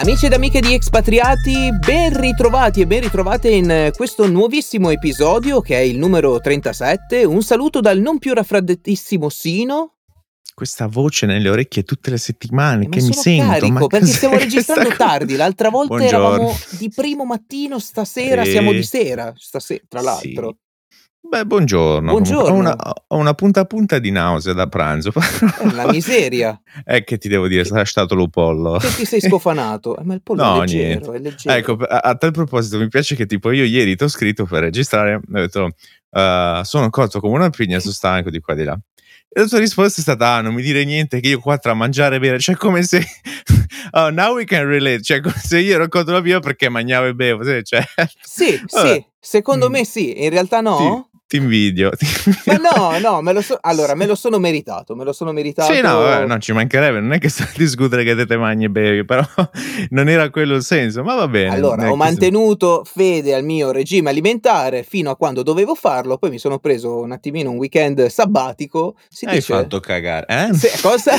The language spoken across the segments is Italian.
Amici ed amiche di Expatriati, ben ritrovati e ben ritrovate in questo nuovissimo episodio che è il numero 37. Un saluto dal non più raffreddatissimo Sino. Questa voce nelle orecchie tutte le settimane Ma che mi sono sento, carico ma perché stiamo cos'è registrando questa tardi. L'altra volta Buongiorno. eravamo di primo mattino, stasera siamo di sera, tra Sì. l'altro. Beh, buongiorno comunque. Buongiorno. Ho una punta di nausea da pranzo. È una miseria. Che ti devo dire, Che- sarà stato il pollo. Che ti sei scofanato? Ma il pollo No, è niente. leggero, è leggero. Ecco, a tal proposito mi piace che tipo io ieri t'ho scritto per registrare, ho detto, sono cotto come una pigna, sono stanco di qua e di là. E la tua risposta è stata: non mi dire niente che io qua tra mangiare e bere, cioè come se oh, now we can relate, cioè come se io ero cotto la via perché mangiavo e bevo, cioè Sì, vabbè. secondo me sì, in realtà no. Ti invidio. Ma no, me lo sono meritato, Sì, no, vabbè, no, ci mancherebbe, non è che sto a discutere che te mangi e bevi, però non era quello il senso, ma va bene. Allora, ho mantenuto fede al mio regime alimentare fino a quando dovevo farlo, poi mi sono preso un attimino un weekend sabbatico, si Hai dice? fatto cagare, eh? Cosa?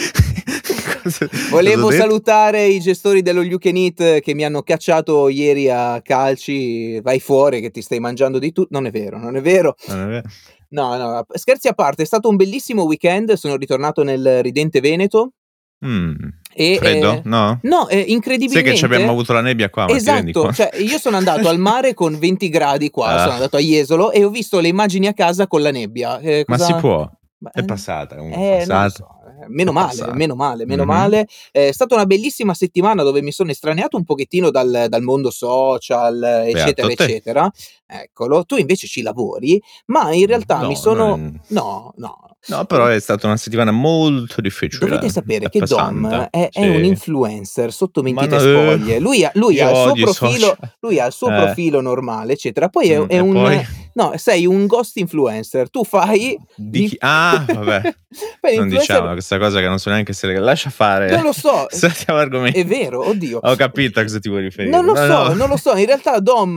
Volevo salutare i gestori dello You Can Eat che mi hanno cacciato ieri a calci, vai fuori che ti stai mangiando di tutto. Non è vero. Non è vero? No, scherzi a parte, è stato un bellissimo weekend, sono ritornato nel ridente Veneto. E, Freddo? No? No, Sai incredibilmente. che ci abbiamo avuto la nebbia qua, ma ti rendi Esatto, conto? cioè io sono andato al mare con 20 gradi qua, sono andato a Jesolo e ho visto le immagini a casa con la nebbia. Ma si può? Ma, È passata comunque, è non lo passata. so, meno È male, passata. meno male. È stata una bellissima settimana dove mi sono estraneato un pochettino dal mondo social, eccetera, Beato te. eccetera. Eccolo, tu invece ci lavori, ma in realtà No, mi sono... non- No. No, però è stata una settimana molto difficile. Dovete sapere È che pesante. Dom è un Sì. influencer sotto Ma mentite spoglie. Lui ha io il suo odio i profilo, social. lui ha il suo profilo normale, eccetera. Poi è E poi? sei un ghost influencer. Tu fai Di chi? Ah, vabbè. fai Non l'influencer. diciamo questa cosa che non so neanche se lascia fare. Non lo so. Saltiamo argomento. È vero, oddio. Ho capito a cosa ti vuoi riferire. Non lo so, No. non lo so. In realtà Dom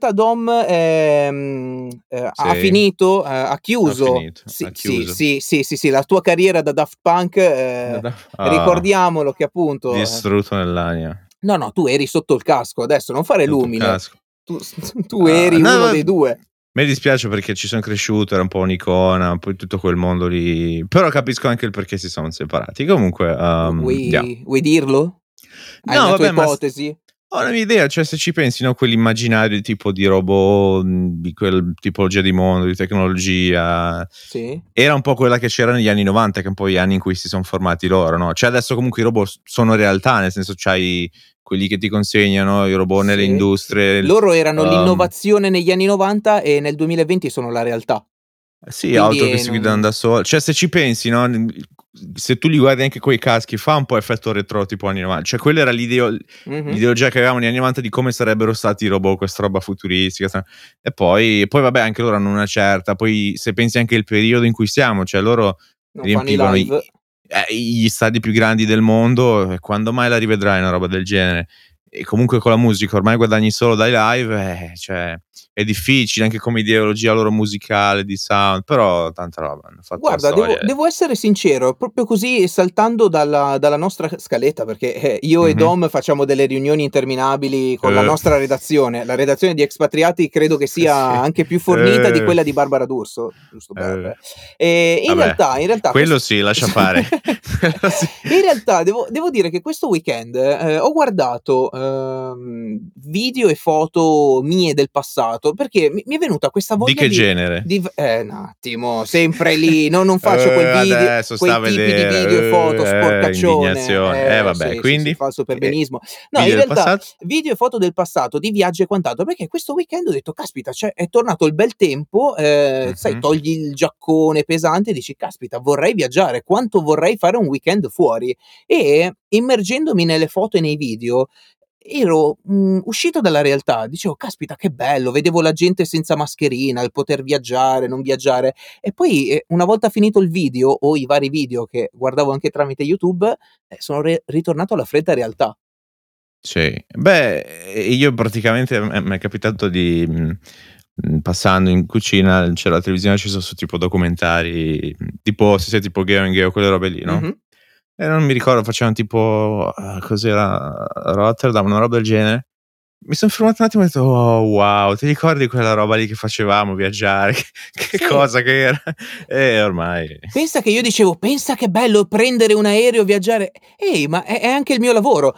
ha Sì. finito, ha chiuso. Ha chiuso. Sì, la tua carriera da Daft Punk, ricordiamolo che appunto distrutto nell'anima. No, tu eri sotto il casco, adesso non fare Sotto il l'umile. casco. Tu eri uno dei due. Mi dispiace perché ci son cresciuto, era un po' un'icona, poi tutto quel mondo lì, però capisco anche il perché si sono separati. Comunque, Vuoi dirlo? Hai no, una tua vabbè, ma ipotesi? ho una mia idea, cioè se ci pensi, no, quell'immaginario tipo di robot, di quel tipologia di mondo, di tecnologia, Sì. era un po' quella che c'era negli anni '90, che è un po' gli anni in cui si son formati loro, no, cioè adesso comunque i robot sono realtà, nel senso c'hai quelli che ti consegnano i robot nelle industrie. Loro erano l'innovazione negli anni '90 e nel 2020 sono la realtà. Sì, auto che si guidano da sole. Cioè, se ci pensi, no, se tu li guardi anche coi caschi, fa un po' effetto retro tipo anni '90. Cioè, quella era l'ideologia che avevamo negli anni '90 di come sarebbero stati i robot, questa roba futuristica. E poi vabbè, anche loro hanno una certa. Poi, se pensi anche al periodo in cui siamo, cioè loro Non riempivano fanno i live. gli stadi più grandi del mondo. E quando mai la rivedrai una roba del genere? E comunque con la musica ormai guadagni solo dai live, cioè è difficile anche come ideologia loro musicale, di sound, però tanta roba, hanno fatto la Guarda, storia. devo essere sincero, proprio così saltando dalla nostra scaletta, perché io e Dom facciamo delle riunioni interminabili con la nostra redazione. La redazione di Expatriati credo che sia anche più fornita di quella di Barbara D'Urso, giusto per... in realtà quello sì, lascia fare. In realtà devo dire che questo weekend ho guardato video e foto mie del passato, perché mi è venuta questa voglia di che genere? un attimo, sempre lì, non faccio quel video, adesso quei tipi di video e foto sporcaccione. indignazione. Vabbè, quindi sì, falso perbenismo. No, video in del realtà passato? video e foto del passato, di viaggi e quant'altro, perché questo weekend ho detto: "Caspita, cioè è tornato il bel tempo", sai, togli il giaccone pesante e dici: "Caspita, vorrei viaggiare, quanto vorrei fare un weekend fuori". E immergendomi nelle foto e nei video ero, uscito dalla realtà, dicevo: "Caspita che bello", vedevo la gente senza mascherina, il poter viaggiare, non viaggiare e poi, una volta finito il video o i vari video che guardavo anche tramite YouTube, sono ritornato alla fredda realtà. Sì. Beh, io praticamente m'è capitato di passando in cucina, c'era la televisione, ci sono tipo documentari, tipo se sei tipo Geo, quelle robe lì, no, Mh-mh. non mi ricordo, facevano tipo, cos'era, Rotterdam, una roba del genere. Mi sono fermato un attimo e ho detto: "Oh wow, ti ricordi quella roba lì che facevamo, viaggiare? Che Sì. cosa che era?" Ormai Pensa che io dicevo: "Pensa che bello prendere un aereo, viaggiare". Ehi, ma è anche il mio lavoro.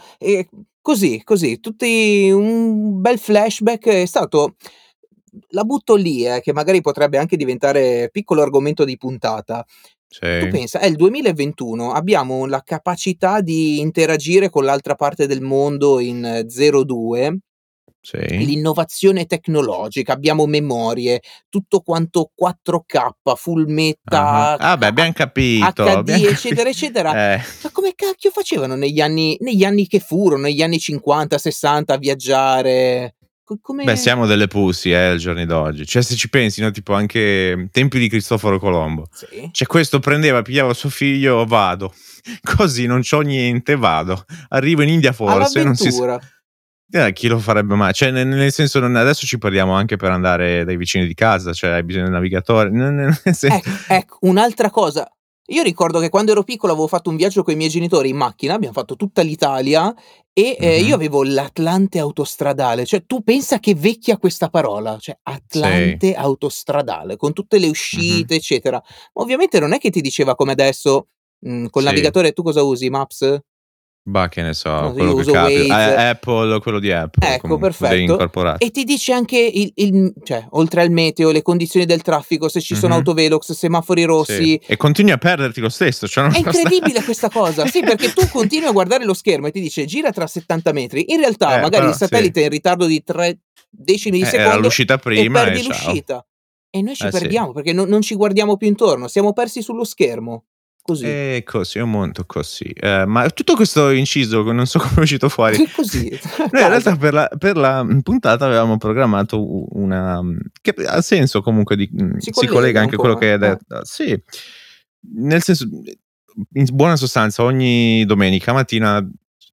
Così, tutti un bel flashback è stato la butto lì, che magari potrebbe anche diventare piccolo argomento di puntata. Tu sì, pensa, è il 2021, abbiamo la capacità di interagire con l'altra parte del mondo in 02, sì. l'innovazione tecnologica, abbiamo memorie, tutto quanto 4K, Ah-ah. fullmetta, Ah beh, abbiam capito, abbiam HD, capi eccetera, eccetera. eh. Ma come cacchio facevano negli anni che furono, negli anni '50, '60 a viaggiare? Beh, Come siamo delle pussy, ai giorni d'oggi. Cioè, se ci pensi, no, tipo anche tempi di Cristoforo Colombo. sì, Cioè, questo prendeva, pigliava suo figlio: "Vado. Così non c'ho niente, vado. Arrivo in India forse, non si sa". all'avventura. Chi lo farebbe mai? Cioè, nel senso, non adesso ci perdiamo anche per andare dai vicini di casa, cioè hai bisogno del navigatore, nel sen Ecco, un'altra cosa. Io ricordo che quando ero piccolo avevo fatto un viaggio coi miei genitori in macchina, abbiamo fatto tutta l'Italia e, io mh-mh. avevo l'Atlante autostradale, cioè tu pensa che vecchia questa parola, cioè Sì. Atlante autostradale, con tutte le Mh-mh. uscite, eccetera. Ma ovviamente non è che ti diceva come adesso, col Sì. navigatore tu cosa usi? Maps? Bah, che ne so, No, quello io che uso capita. Waze. Apple, quello di Apple Ecco, comunque, quelli perfetto. incorporati. E ti dice anche cioè, oltre al meteo, le condizioni del traffico, se ci sono Mh-mh. autovelox, semafori Sì. rossi. E continui a perderti lo stesso, cioè È non sta incredibile questa cosa. Sì, perché tu continui a guardare lo schermo e ti dice: "Gira tra 70 metri". In realtà magari il però sì. satellite è in ritardo di 3 decimi di Era secondo l'uscita e prima e perdi ciao. l'uscita. E noi ci Sì. perdiamo perché non ci guardiamo più intorno, siamo persi sullo schermo. Così. Così, è un mondo così. Ma tutto questo inciso, che non so come è uscito fuori, Così, a noi in realtà caso. per la puntata avevamo programmato una che ha senso comunque Si si collega collegano un anche a quello po', che hai detto. Sì, nel senso, in buona sostanza ogni domenica mattina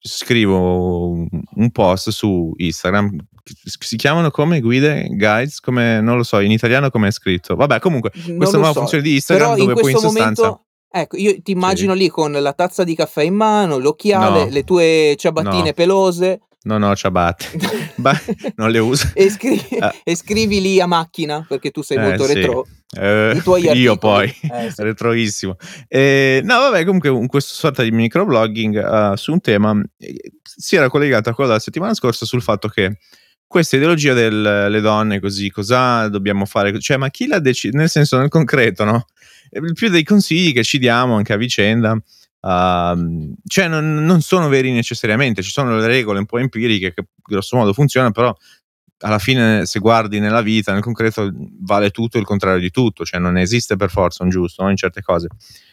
scrivo un post su Instagram, si chiamano come guide, guides, come non lo so, in italiano come è scritto. Vabbè, comunque Non questa lo nuova so, funzione di Instagram però in dove poi in questo sostanza momento ecco, io ti sì. immagino lì con la tazza di caffè in mano, l'occhiale, No, le tue no, ciabattine pelose. non ho ciabatte. Ba non le uso. E scri Ah, e scrivi lì a macchina, perché tu sei molto sì. retrò, i tuoi Io articoli. poi, Sì. retroissimo. No vabbè, comunque questo sorta di microblogging, su un tema, si era collegato a quello della settimana scorsa sul fatto che questa ideologia le donne così, cosa dobbiamo fare, cioè ma chi l'ha nel senso, nel concreto, no, il più dei consigli che ci diamo anche a vicenda, cioè non sono veri necessariamente, ci sono le regole un po' empiriche che grosso modo funzionano, però alla fine se guardi nella vita, nel concreto, vale tutto e il contrario di tutto, cioè non esiste per forza un giusto, no, in certe cose.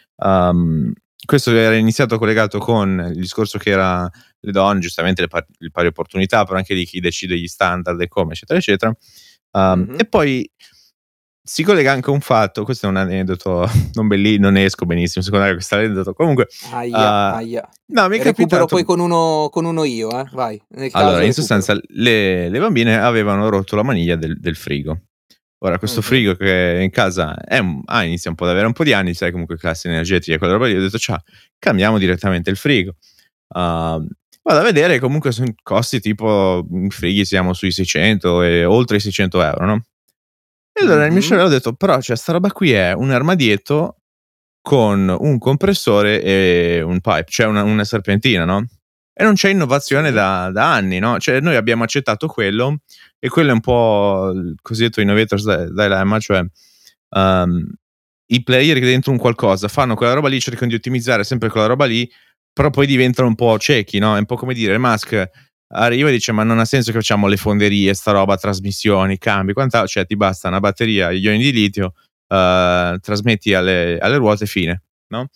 Questo era iniziato collegato con il discorso che era le donne, giustamente le pari opportunità, però anche di chi decide gli standard e come, eccetera, eccetera. Mh-mh. E poi si collega anche a un fatto, questo è un aneddoto non ne esco benissimo, secondo me questo aneddoto. Comunque, Ahia, uhm, ahia. no, mi è Recupero capitato. poi con uno io, vai, nel Allora, caso in recupero. sostanza le bambine avevano rotto la maniglia del frigo. Ora questo Mh-mh. frigo che in casa inizia un po' ad avere un po' di anni, sai comunque classi energetiche, quella roba lì, ho detto: "Ciao, cambiamo direttamente il frigo". Uhm, Vado a vedere, comunque son costi tipo, frighi siamo sui 600 e oltre i 600 €, no, e allora il mio Mh-mh. cervello ha detto: "Però cioè sta roba qui è un armadietto con un compressore e un pipe, cioè una serpentina, no, e non c'è innovazione Sì. da anni, no, cioè noi abbiamo accettato quello e quello è un po' il cosiddetto innovator's dilemma, cioè, uhm, i player che dentro un qualcosa fanno quella roba lì, cercano di ottimizzare sempre quella roba lì, però poi diventano un po' ciechi, no, è un po' come dire Musk arriva e dice: "Ma non ha senso che facciamo le fonderie, sta roba, trasmissioni, cambi, cioè ti basta una batteria, gli ioni di litio, trasmetti alle ruote, fine, no?"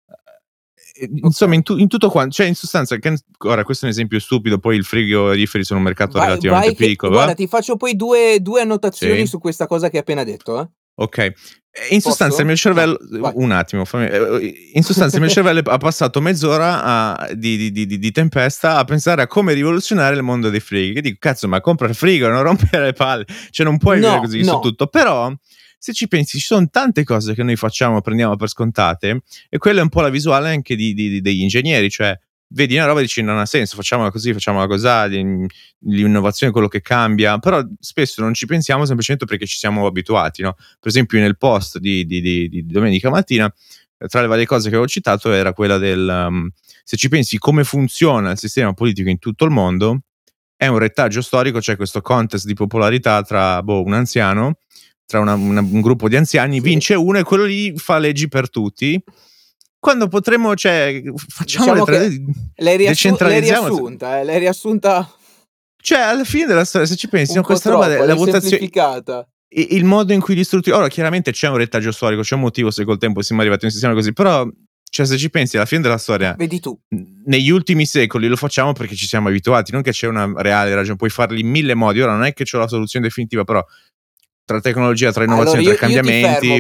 Insomma, Okay. in tutto cioè in sostanza, ora questo è un esempio stupido, poi il frigoriferi sono un mercato relativamente Vai che piccolo, guarda, ti faccio poi due annotazioni sì, su questa cosa che hai appena detto, eh. okay. In sostanza il Posso? mio No, cervello vai. un attimo, fammi in sostanza il mio cervello ha passato mezz'ora di tempesta a pensare a come rivoluzionare il mondo dei frighi. Che dico: "Cazzo, ma compra il frigo, non rompere le palle, cioè non puoi vivere No, così su no. tutto." Però se ci pensi ci sono tante cose che noi facciamo, prendiamo per scontate, e quella è un po' la visuale anche degli ingegneri, cioè vedi una roba e dici non ha senso, facciamola così, facciamola cosà, l'innovazione è quello che cambia, però spesso non ci pensiamo semplicemente perché ci siamo abituati, no? Per esempio nel post di domenica mattina, tra le varie cose che avevo citato era quella del se ci pensi come funziona il sistema politico in tutto il mondo, è un retaggio storico, c'è questo contest di popolarità tra un anziano, tra un gruppo di anziani, vince uno e quello lì fa leggi per tutti. Quando potremo, cioè, facciamo diciamo l'hai riassunta. Cioè, alla fine della storia, se ci pensi, questa roba della votazione, il modo in cui gli istruttori, ora chiaramente c'è un retaggio storico, c'è un motivo se col tempo siamo arrivati a un sistema così, però, cioè, se ci pensi, alla fine della storia, vedi tu, negli ultimi secoli lo facciamo perché ci siamo abituati, non che c'è una reale ragione, puoi farli in mille modi. Ora non è che c'ho la soluzione definitiva, però tra tecnologia, tra innovazione, tra cambiamenti,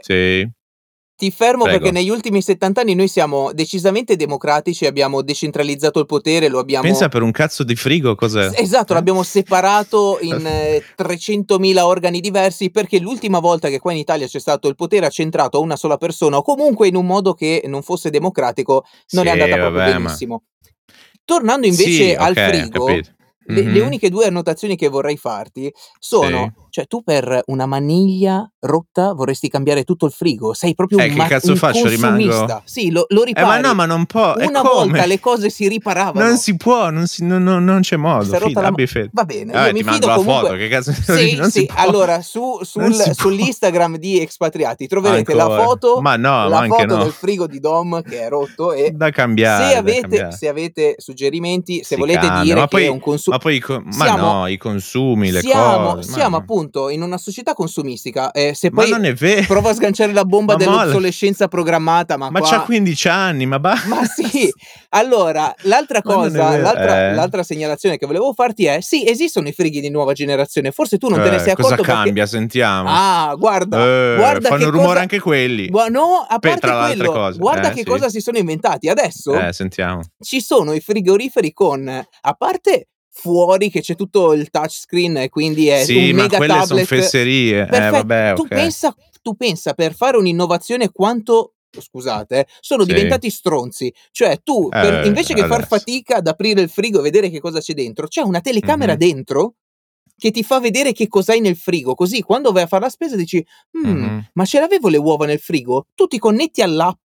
ti fermo perché negli ultimi 70 anni noi siamo decisamente democratici, abbiamo decentralizzato il potere, lo abbiamo... Pensa per un cazzo di frigo, cos'è? Esatto, l'abbiamo separato in 300.000 organi diversi, perché l'ultima volta che qua in Italia c'è stato il potere accentrato a una sola persona, o comunque in un modo che non fosse democratico, non è andata proprio benissimo. Tornando invece al frigo... Le uniche due annotazioni che vorrei farti sono, cioè tu per una maniglia rotta vorresti cambiare tutto il frigo, sei proprio un consumista. Rimango... Sì, lo ripari. Ma no, ma non può. Una volta le cose si riparavano. Non si può, non c'è modo. Va bene, io mi fido la comunque. Foto, che cazzo non si può. Allora, sull'Instagram di Expatriati troverete la foto, del frigo di Dom che è rotto, e da cambiare. Se avete suggerimenti, se volete dire che è un consumo. Ma poi i consumi, le cose. Siamo appunto in una società consumistica. Se poi non è vero. Prova a sganciare la bomba dell'obsolescenza programmata, ma c'ha 15 anni, ma sì. Allora, l'altra cosa, l'altra segnalazione che volevo farti è: sì, esistono i frighi di nuova generazione. Forse tu non te ne sei accorto. Cosa cambia? Sentiamo. Guarda fanno rumore anche quelli. No, a parte tra quello, altre cose. Guarda che cosa si sono inventati adesso. Sentiamo. Ci sono i frigoriferi con, a parte fuori che c'è tutto il touchscreen e quindi è un mega quelle tablet. Sono fesserie. Tu pensa per fare un'innovazione quanto, scusate, sono diventati stronzi. Cioè tu invece che far fatica ad aprire il frigo e vedere che cosa c'è dentro, c'è una telecamera dentro che ti fa vedere che cos'hai nel frigo, così quando vai a fare la spesa dici ma ce l'avevo le uova nel frigo? Tu ti connetti all'app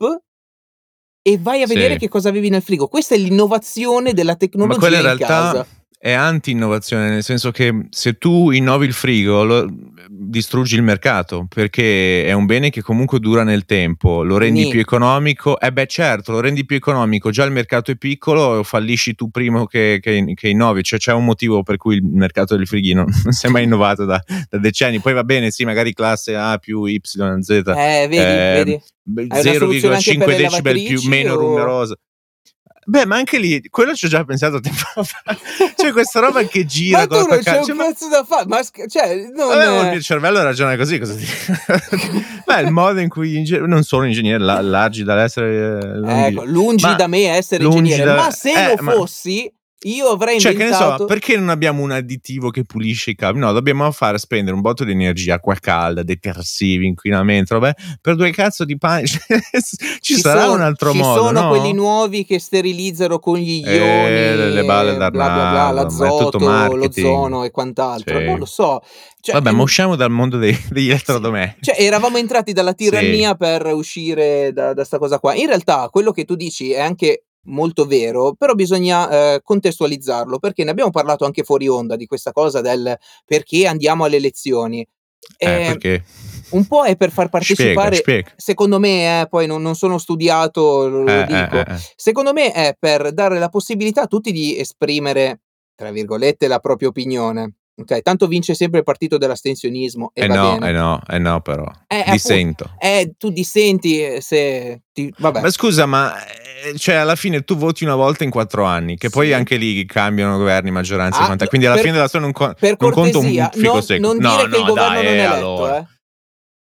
e vai a vedere che cosa avevi nel frigo. Questa è l'innovazione della tecnologia. Ma quella in realtà è anti-innovazione, nel senso che se tu innovi il frigo distruggi il mercato, perché è un bene che comunque dura nel tempo, lo rendi più economico. Certo, lo rendi più economico, già il mercato è piccolo, fallisci tu prima che innovi, cioè c'è un motivo per cui il mercato del frighi non si è mai innovato da decenni. Poi va bene, sì, magari classe A più Y, Z, vedi 0,5 decibel più meno rumorosa. Ma anche lì, quello ci ho già pensato tempo fa. C'è questa roba che gira. Ma tu non c'è un pezzo da fare. Il mio cervello ragiona così. Cosa dico? Il modo in cui non sono ingegnere, largi dall'essere. Lungi da me essere ingegnere. Ma se lo fossi, io avrei inventato. Che ne so, perché non abbiamo un additivo che pulisce i cavi? No, dobbiamo spendere un botto di energia, acqua calda, detersivi, inquinamento, per due cazzo di pane. Ci sarà un altro modo. Ci sono quelli nuovi che sterilizzano con gli ioni, le balle d'arnaldo, l'azoto, l'ozono e quant'altro. Non lo so. Ma usciamo dal mondo degli elettrodomestici. Eravamo entrati dalla tirannia per uscire da sta cosa qua. In realtà quello che tu dici è anche molto vero, però bisogna contestualizzarlo, perché ne abbiamo parlato anche fuori onda di questa cosa del perché andiamo alle elezioni. Perché? Un po' è per far partecipare, spiega. Secondo me, poi non sono studiato, lo dico. Secondo me è per dare la possibilità a tutti di esprimere, tra virgolette, la propria opinione. Ok, tanto vince sempre il partito dell'astensionismo e va bene. No, però dissento. Tu dissenti vabbè. Ma scusa, alla fine tu voti una volta in 4 anni, che poi anche lì cambiano governi, maggioranze, quindi alla fine della storia non conta un fico secco. Non dire che il governo non è eletto,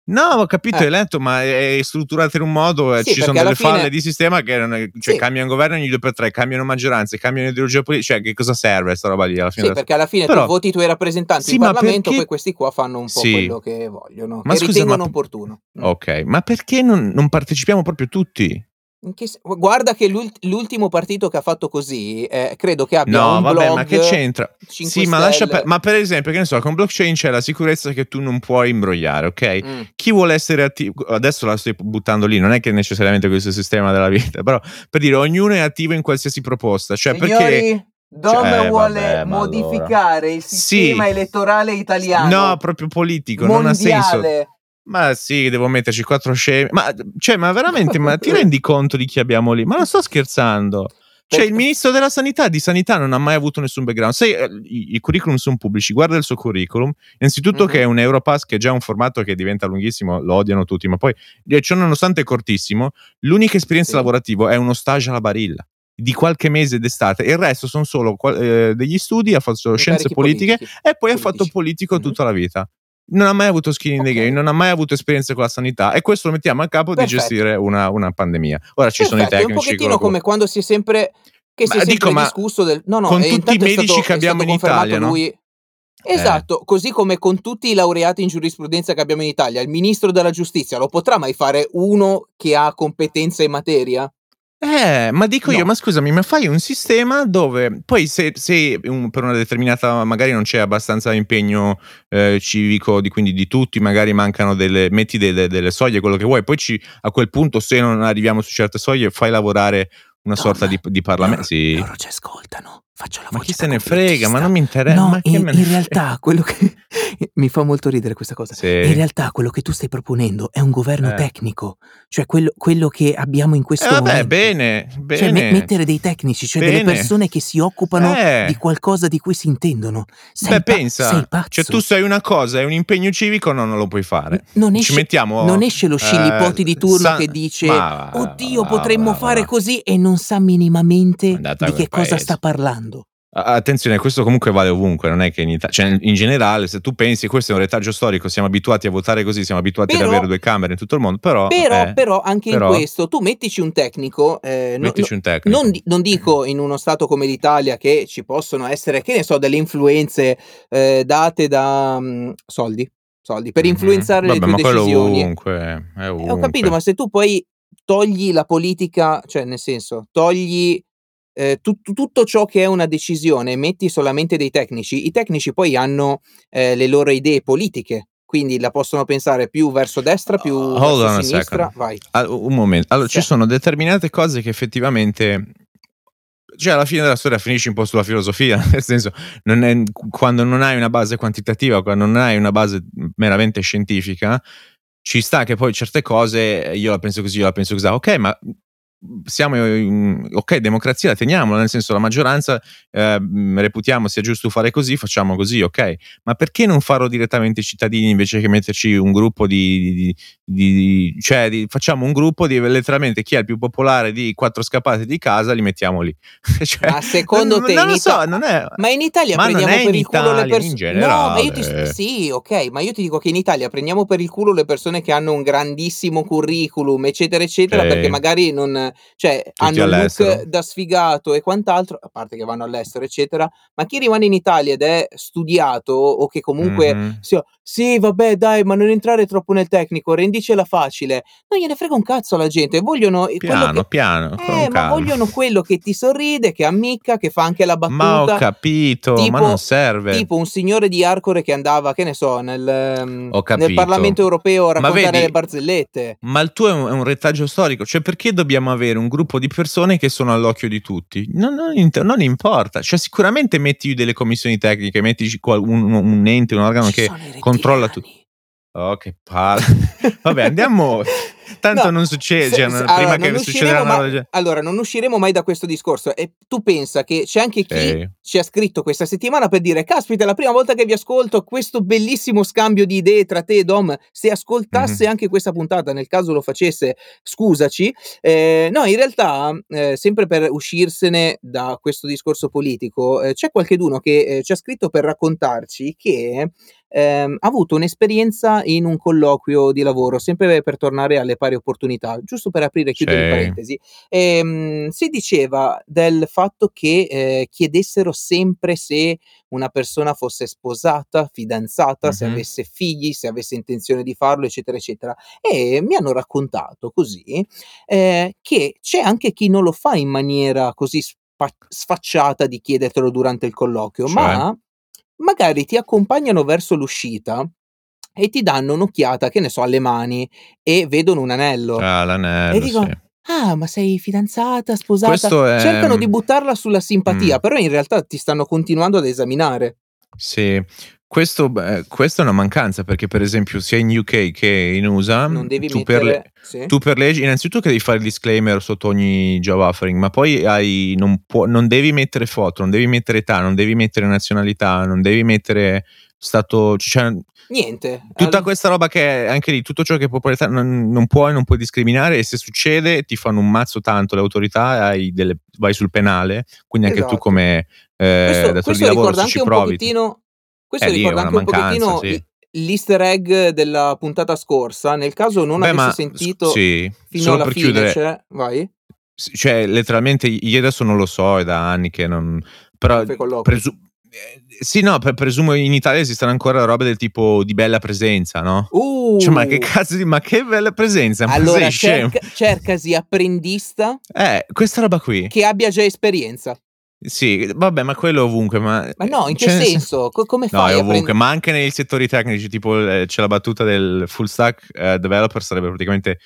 No, ho capito, è lento, ma è strutturato in un modo, Sì, ci sono perché alla delle falle fine di sistema che non cioè sì. cambiano governo ogni 2x3, cambiano maggioranze, cambiano ideologia cioè che cosa serve sta roba lì alla fine Sì, perché alla fine tu però voti i tuoi rappresentanti in sì, ma Parlamento, poi perché questi qua fanno un po' sì, quello che vogliono, ma che scusa, ritengono opportuno. okay, ma perché non partecipiamo proprio tutti? In che s guarda che l'ultimo partito che ha fatto così, credo che abbia No, un vabbè, ma che blog, c'entra? 5 Sì, ma lascia Stelle. ma per esempio, che ne so, con blockchain c'è la sicurezza che tu non puoi imbrogliare, okay? Mh. Chi vuole essere adesso la sto buttando lì, non è che necessariamente questo è il sistema della vita, però per dire ognuno è attivo in qualsiasi proposta, cioè perché Signori, Dom vuole vabbè, ma allora. modificare il Sì, sistema elettorale no, italiano, proprio politico, non ha senso. mondiale. Ma sì, devo metterci 4 scemi. Ma cioè, ma veramente, ma ti rendi conto di chi abbiamo lì? Ma non sto scherzando. Cioè, il Perché ministro della sanità di sanità non ha mai avuto nessun background. Sai, i curriculum son pubblici, guarda il suo curriculum. Innanzitutto che mh-mh, è un Europass, che è già un formato che diventa lunghissimo, lo odiano tutti, ma poi ciò nonostante è cortissimo, l'unica esperienza sì, lavorativa è uno stage alla Barilla di qualche mese d'estate, e il resto son solo degli studi, ha fatto scienze incarichi politiche e poi ha fatto politici. politico Mh-mh. tutta la vita. Non ha mai avuto skin in the game, Okay, non ha mai avuto esperienze con la sanità e questo lo mettiamo a capo di perfetto. gestire una pandemia. Ora ci sono i Perfetto, è un tecnici, pochettino quello come quando si è ma dico, sempre ma discusso del no, no, con e tutti i intanto è medici stato che è abbiamo stato in confermato Italia, no, lui. Esatto, così come con tutti i laureati in giurisprudenza che abbiamo in Italia, il ministro della giustizia lo potrà mai fare uno che ha competenza in materia? ma dico io, No. ma scusami, ma fai un sistema dove poi se per una determinata magari non c'è abbastanza impegno, civico quindi di tutti, magari mancano metti delle soglie, quello che vuoi, poi a quel punto se non arriviamo su certe soglie fai lavorare una Tom, sorta di sì? loro ci ascoltano. Faccio la Ma chi voce se da ne frega, ma complottista. non mi No, ma che in me ne in frega. realtà quello che mi fa molto ridere questa cosa. In Sì, realtà quello che tu stai proponendo è un governo eh. tecnico, cioè quello che abbiamo in E questo vabbè, momento. bene, Cioè bene, mettere dei tecnici, cioè delle bene. persone che si occupano di Eh, qualcosa di cui si intendono. beh Sei pensa, cioè tu pazzo? sai una cosa, è un impegno civico, no, non lo puoi N fare. non Ci esce non mettiamo, esce lo scillipoti di turno sa che dice: ma va, "Oddio, va, potremmo va, va, fare va. così", e non sa minimamente Andate a di quel che cosa sta paese. parlando. Attenzione, questo comunque vale ovunque, non è che cioè in generale se tu pensi questo è un retaggio storico, siamo abituati a votare così, siamo abituati ad Però avere 2 camere in tutto il mondo, però però anche in però questo tu mettici un tecnico, mettici un tecnico. non dico in uno stato come l'Italia che ci possono essere, che ne so, delle influenze, date da, soldi per Mh-mh. influenzare le Vabbè, tue ma quello decisioni. ovunque, è Ho capito, ovunque. ma se tu poi togli la politica, cioè nel senso, togli, tutto ciò che è una decisione e metti solamente dei tecnici, i tecnici poi hanno, le loro idee politiche, quindi la possono pensare più verso destra, più Hold verso on a second. sinistra, vai. Un allora ci Sì. sono determinate cose che effettivamente cioè alla fine della storia finisci un po' sulla filosofia, nel senso non è quando non hai una base quantitativa, quando non hai una base, meramente scientifica, ci sta che poi certe cose io la penso così, io la penso cosà. Okay, ma, siamo in okay, democrazia la teniamola, nel senso la maggioranza, reputiamo sia giusto fare così, facciamo così, okay. Ma perché non farlo direttamente i cittadini invece che metterci un gruppo cioè facciamo un gruppo di letteralmente chi è il più popolare di 4 scappati di casa li mettiamo lì. Cioè Ma secondo te non in lo Ita so, non è ma in Italia ma non prendiamo è per in il culo le Italia, in no, ma io ti generale. sì, okay, ma io ti dico che in Italia prendiamo per il culo le persone che hanno un grandissimo curriculum, eccetera, eccetera, perché Sì, magari non cioè tutti hanno il look all'estero. da sfigato e quant'altro, a parte che vanno all'estero, eccetera, ma chi rimane in Italia ed è studiato o che comunque Mh-mh. "Sì, vabbè dai, ma non entrare troppo nel tecnico, rendicela facile." Non gliene frega un cazzo alla gente, vogliono quello Piano, che piano, con ma calma. vogliono quello che ti sorride, che ammicca, che fa anche la Ma ho battuta, capito, ma non tipo serve. un signore di Arcore che andava, che ne so, Ho nel capito. Parlamento europeo a Ma raccontare le vedi, barzellette. ma il tuo è un retaggio storico, cioè perché dobbiamo avere un gruppo di persone che sono all'occhio di tutti? Non importa, cioè sicuramente metti delle commissioni tecniche, mettici un ente, un organo Ci che sono i controlla tu rettiliani. oh che vabbè andiamo Tanto non succede, prima che succeda una roba. Allora, non usciremo mai da questo discorso. E tu pensa che c'è anche chi ci ha scritto questa settimana per dire: caspita, è la prima volta che vi ascolto, questo bellissimo scambio di idee tra te e Dom. Se ascoltasse anche questa puntata, nel caso lo facesse, scusaci. No, in realtà, sempre per uscirsene da questo discorso politico, c'è qualcheduno che ci ha scritto per raccontarci che ha avuto un'esperienza in un colloquio di lavoro, sempre per tornare alle pari opportunità, giusto per aprire e chiudere parentesi. Si diceva del fatto che chiedessero sempre se una persona fosse sposata, fidanzata, se avesse figli, se avesse intenzione di farlo, eccetera, eccetera. E mi hanno raccontato così che c'è anche chi non lo fa in maniera così sfacciata di chiedertelo durante il colloquio, ma magari ti accompagnano verso l'uscita e ti danno un'occhiata, che ne so, alle mani e vedono un anello. L'anello, e dicono: sì. ah, ma sei fidanzata, sposata? Questo è... Cercano di buttarla sulla simpatia, però in realtà ti stanno continuando ad esaminare. Sì, questa è una mancanza, perché per esempio sia in UK che in USA Non devi tu mettere... per legge innanzitutto che devi fare il disclaimer sotto ogni job offering, ma poi non devi mettere foto, non devi mettere età, non devi mettere nazionalità, non devi mettere stato, cioè niente. Tutta questa roba che è anche lì, tutto ciò che è popolarità non puoi discriminare, e se succede ti fanno un mazzo tanto le autorità, vai sul penale, quindi anche tu come datore di lavoro, se ci provi. Questo ricorda anche un pochettino l'easter egg della puntata scorsa, nel caso non avessi sentito fino alla fine, chiudere, vai? Cioè, letteralmente io adesso non lo so, è da anni che non... Però sì, no, presumo in Italia esistano ancora robe del tipo di bella presenza, no? Cioè, ma che cazzo ma che bella presenza? Allora, cercasi apprendista questa roba qui che abbia già esperienza. Sì, vabbè, ma quello ovunque, ma no, in che senso? Come fai? No, è ovunque, ma anche nei settori tecnici, tipo c'è la battuta del full stack developer, sarebbe praticamente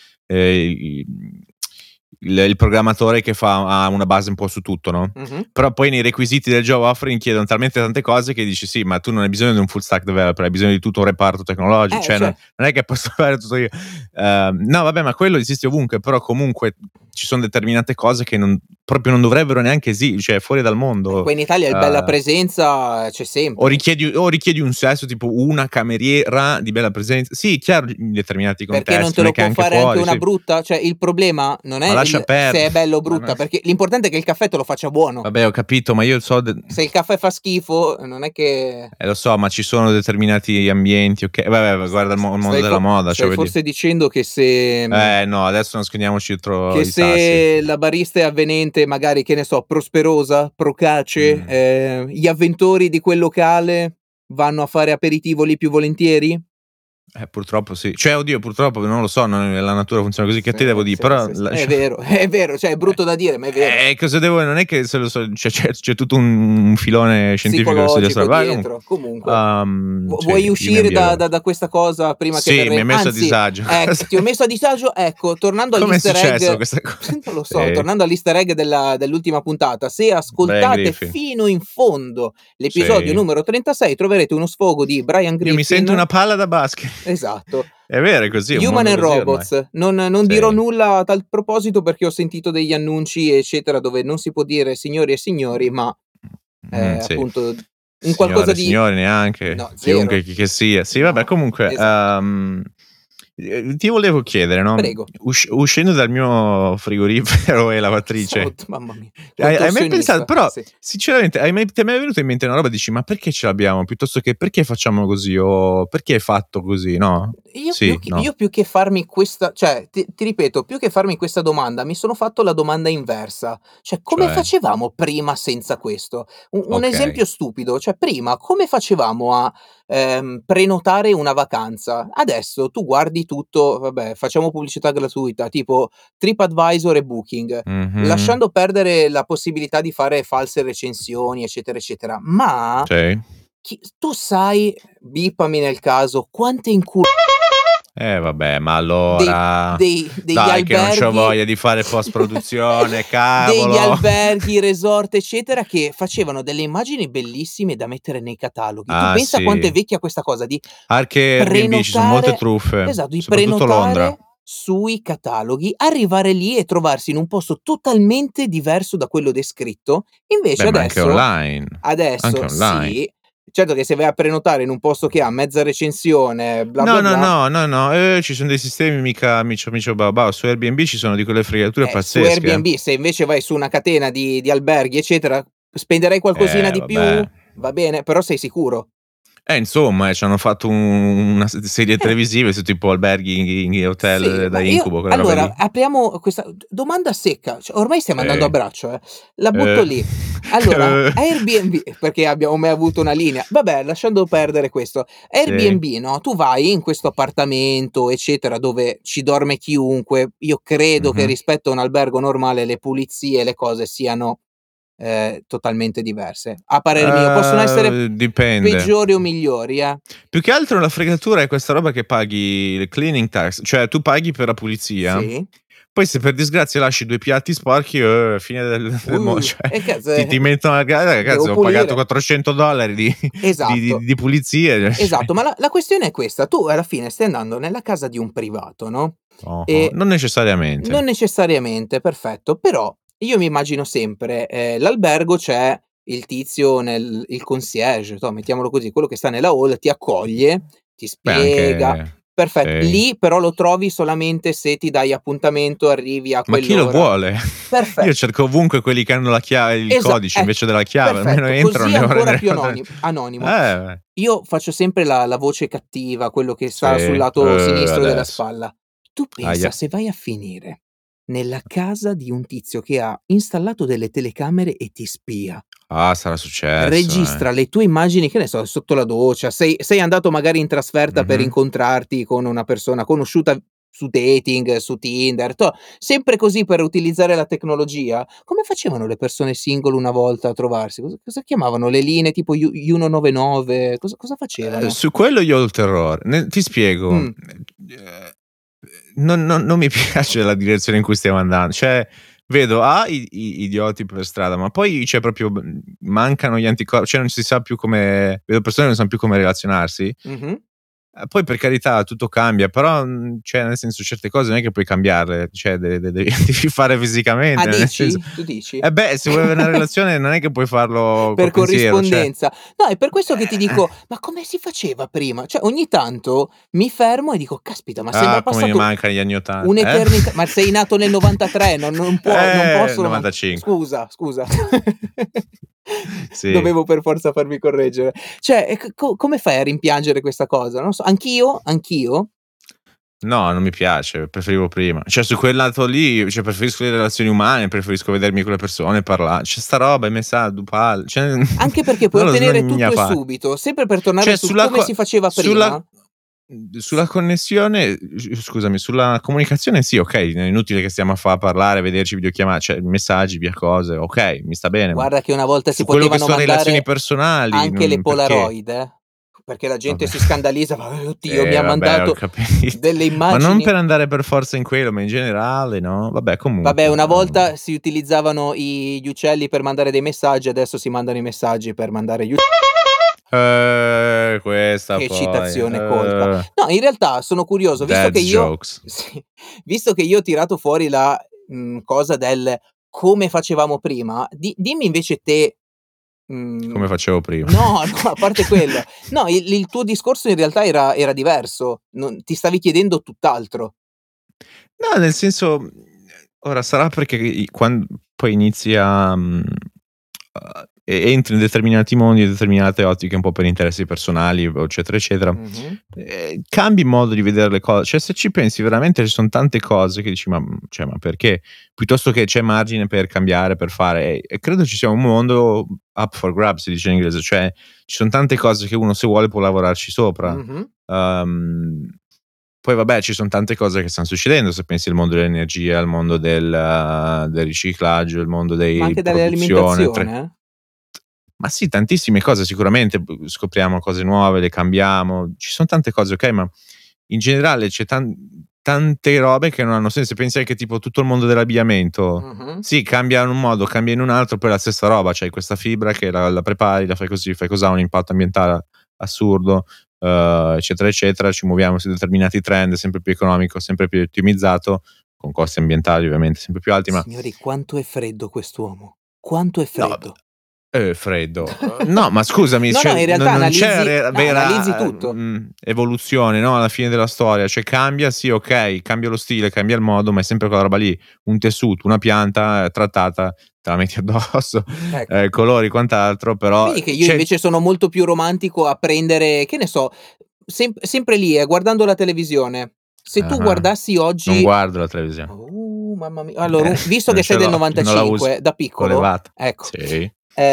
il programmatore che ha una base un po' su tutto, no? Però poi nei requisiti del job offering chiedono talmente tante cose che dici sì, ma tu non hai bisogno di un full stack developer, hai bisogno di tutto un reparto tecnologico, cioè non è che posso fare tutto io. No, vabbè, ma quello esiste ovunque, però comunque ci sono determinate cose che proprio non dovrebbero neanche esistere, cioè fuori dal mondo. Qua in Italia il bella presenza c'è sempre. O richiedi un sesso, tipo una cameriera di bella presenza. Sì, chiaro, in determinati contesti. Perché non te lo può fare anche una brutta? Cioè, il problema non è se è bello o brutta, perché l'importante è che il caffè te lo faccia buono. Vabbè, ho capito, ma io so... Se il caffè fa schifo, non è che... lo so, ma ci sono determinati ambienti, ok? Vabbè, guarda il mondo della moda. Stai forse dicendo che se... no, adesso non scondiamoci dietro che i se la barista è avvenente, magari, che ne so, prosperosa, procace, gli avventori di quel locale vanno a fare aperitivo lì più volentieri? Purtroppo sì. Cioè, oddio, purtroppo non lo so, la natura funziona così, che te devo dire, però... È vero, cioè è brutto da dire, ma è vero. Cosa devo... Non è che se lo so, c'è tutto un filone scientifico che studia dietro. Comunque, vuoi uscire da questa cosa prima che mi hai messo a disagio. Ti ho messo a disagio, ecco, tornando all'easter egg... questa cosa? Non lo so, tornando all'easter egg dell'ultima puntata, se ascoltate fino in fondo l'episodio numero 36, troverete uno sfogo di Brian Griffin. Io mi sento una palla da basket. Esatto. È vero, è così. Human and Robots. Non dirò nulla a tal proposito perché ho sentito degli annunci eccetera dove non si può dire signori e signori, ma appunto un qualcosa di... Signori neanche, chiunque che sia. Sì, vabbè, comunque... Esatto. Ti volevo chiedere, no? Prego. Uscendo dal mio frigorifero e lavatrice, mamma mia, hai mai pensato, però sinceramente ti è mai venuto in mente una roba, dici ma perché ce l'abbiamo, piuttosto che perché facciamo così o perché è fatto così, no? Io più che farmi questa, cioè ti ripeto, più che farmi questa domanda mi sono fatto la domanda inversa, cioè come facevamo prima senza questo? Un esempio stupido, cioè prima come facevamo a prenotare una vacanza? Adesso tu guardi tutto, vabbè, facciamo pubblicità gratuita, tipo TripAdvisor e Booking, lasciando perdere la possibilità di fare false recensioni, eccetera, eccetera. Ma tu sai, bippami nel caso, quante vabbè, ma allora degli dai, alberghi, che non c'ho voglia di fare post-produzione, cavolo. Degli alberghi, resort, eccetera, che facevano delle immagini bellissime da mettere nei cataloghi. Tu pensa quanto è vecchia questa cosa di anche Airbnb, ci sono molte truffe. Esatto, di soprattutto prenotare Londra. sui cataloghi, arrivare lì e trovarsi in un posto totalmente diverso da quello descritto. Invece Beh, ma anche online. Anche adesso online. sì, certo che se vai a prenotare in un posto che ha mezza recensione, bla bla bla. No, ci sono dei sistemi mica micio babà. Su Airbnb ci sono di quelle fregature Su pazzesche. Airbnb, se invece vai su una catena di alberghi, eccetera, spenderai qualcosina di più? Vabbè. Va bene, però sei sicuro. Insomma, c'hanno fatto una serie Eh. televisive su tipo alberghi, Sì, hotel da ma io incubo, quelle robe allora lì. apriamo questa domanda secca, cioè ormai stiamo andando a Sì. braccio, la butto lì. Allora, Airbnb perché abbiamo mai avuto una linea. Vabbè, lasciando perdere questo. Sì. Airbnb, no, tu vai in questo appartamento, eccetera, dove ci dorme chiunque. Io credo che Mh-mh. rispetto a un albergo normale le pulizie e le cose siano, totalmente diverse. A parer mio, possono essere Dipende. peggiori o migliori, Più che altro la fregatura è questa roba che paghi il cleaning tax, cioè tu paghi per la pulizia, Sì. poi se per disgrazia lasci 2 piatti sporchi, fine del mo cioè E cazzo, ti mettono a ga devo cazzo ho pagato pulire. $400 di Esatto. di pulizie, cioè. Esatto, ma la questione è questa: tu alla fine stai andando nella casa di un privato, no, Ah-ah. e Non necessariamente. non necessariamente, perfetto, però io mi immagino sempre, l'albergo c'è il tizio nel il concierge, mettiamolo così, quello che sta nella hall, ti accoglie, ti Beh spiega, anche perfetto. sì. Lì però lo trovi solamente se ti dai appuntamento, arrivi a Ma chi lo quell'ora. vuole? Io Perfetto. cerco ovunque quelli che hanno la il codice invece della chiave, almeno Perfetto, entrano, così devo ancora rendere più conto anonimo. eh, Io faccio sempre la voce cattiva, quello che sì, sta sul lato sinistro della adesso. spalla. Tu pensa Ahia. se vai a finire nella casa di un tizio che ha installato delle telecamere e ti spia, Ah, sarà successo, registra le tue immagini, che ne so, sotto la doccia, sei andato magari in trasferta per Mh-mh. incontrarti con una persona conosciuta su dating, su Tinder, sempre così per utilizzare la tecnologia. Come facevano le persone single una volta a trovarsi? Cosa chiamavano? Le linee tipo U 199? Cosa facevano? Su quello io ho il terrore. Ti spiego, Mh, non mi piace la direzione in cui stiamo andando. Cioè, vedo i idioti per strada, ma poi c'è proprio mancano gli cioè non si sa più come vedo persone che non san più come relazionarsi. mh-mh. Poi per carità tutto cambia, però, cioè nel senso certe cose non è che puoi cambiarle, cioè devi fare Ah, fisicamente, nel senso dici? Tu dici? beh, se vuoi avere una relazione non è che puoi farlo Per col pensiero, cioè corrispondenza. No, è per questo che ti dico: "Ma come si faceva prima?" Cioè ogni tanto mi fermo e dico: "Caspita, ma sembra come mi passato mancano gli anni '80, un'eternità." Ma sei nato nel '93, non possono 95. scusa. Sì. Dovevo per forza farmi correggere. Cioè, e come fai a rimpiangere questa cosa? Non so, anch'io No, non mi piace, preferivo prima. Cioè su quel lato lì, cioè preferisco le relazioni umane, preferisco vedermi con le persone, c'è sta roba, i messaggi, cioè anche perché puoi non lo ottenere tutto snogna e fa. subito, sempre per tornare Cioè sul come si faceva sulla prima. sulla connessione scusami, sulla comunicazione sì, okay, è inutile che stiamo a parlare, vederci, cioè messaggi, via cose, okay, mi sta bene, ma Guarda che una volta si su quello che potevano sono relazioni mandare personali, anche le non perché? Polaroid, perché la gente Vabbè. si scandalizza, fa: oddio, mi ha Vabbè, ho mandato capito. delle Ma non immagini." per andare per forza in quello, ma in generale, no, vabbè Vabbè, comunque, una volta si utilizzavano gli uccelli per mandare dei messaggi, adesso si mandano i messaggi per mandare gli questa Che poi, citazione colta. No, in realtà sono curioso, visto che dad's io jokes. sì, visto che io ho tirato fuori la, cosa del come facevamo prima, dimmi invece te, Come mhmm facevo prima. no, no, a parte quello. No, il tuo discorso in realtà era diverso, non ti stavi chiedendo tutt'altro. No, nel senso, ora sarà perché poi inizi entri in determinati mondi, in determinate ottiche, un po' per interessi personali, o eccetera, eccetera, Mh-mh. cambi modo di vedere le cioè se ci pensi veramente ci son tante cose che dici: cioè, ma perché? Piuttosto che c'è margine per cambiare, per fare e credo ci sia un mondo up for grabs, si dice in inglese, cioè ci son tante cose che uno se vuole può lavorarci sopra. Mh-mh. Uhm Poi vabbè, ci son tante cose che stan succedendo, se pensi al mondo dell'energia, al mondo del riciclaggio, il mondo Ma dei anche produzione, dall'alimentazione, eh? ma sì, tantissime cose sicuramente, scopriamo cose nuove, le cambiamo. Ci son tante cose, okay, ma in generale c'è tante robe che non hanno senso. Pensi anche tipo tutto il mondo dell'abbigliamento. Mh-mh. Sì, cambia in un modo, cambia in un altro, poi è la stessa roba, c'hai questa fibra che la prepari, la fai così, fai cosà, un impatto ambientale assurdo. eccetera eccetera, ci muoviamo su determinati trend, sempre più economico, sempre più ottimizzato, con costi ambientali ovviamente sempre più alti, ma Signori, quanto è freddo quest'uomo, quanto è no, freddo. freddo. No, ma scusami, No, in realtà non c'è analizzi vera tutto. evoluzione, no, alla fine della storia. Cioè cambia, sì, ok, cambia lo stile, cambia il modo, ma è sempre quella roba lì. Un tessuto, una pianta trattata, te la metti addosso, Ecco. colori, quant'altro, però Vedi che io invece sono molto più romantico a prendere, che ne so, sempre lì, guardando la televisione. Se tu guardassi non oggi guardo la televisione. Mamma mia. Allora, visto Non che ce sei del l'ho, non la uso. 95, da L'ho piccolo, levata. ecco, Sì.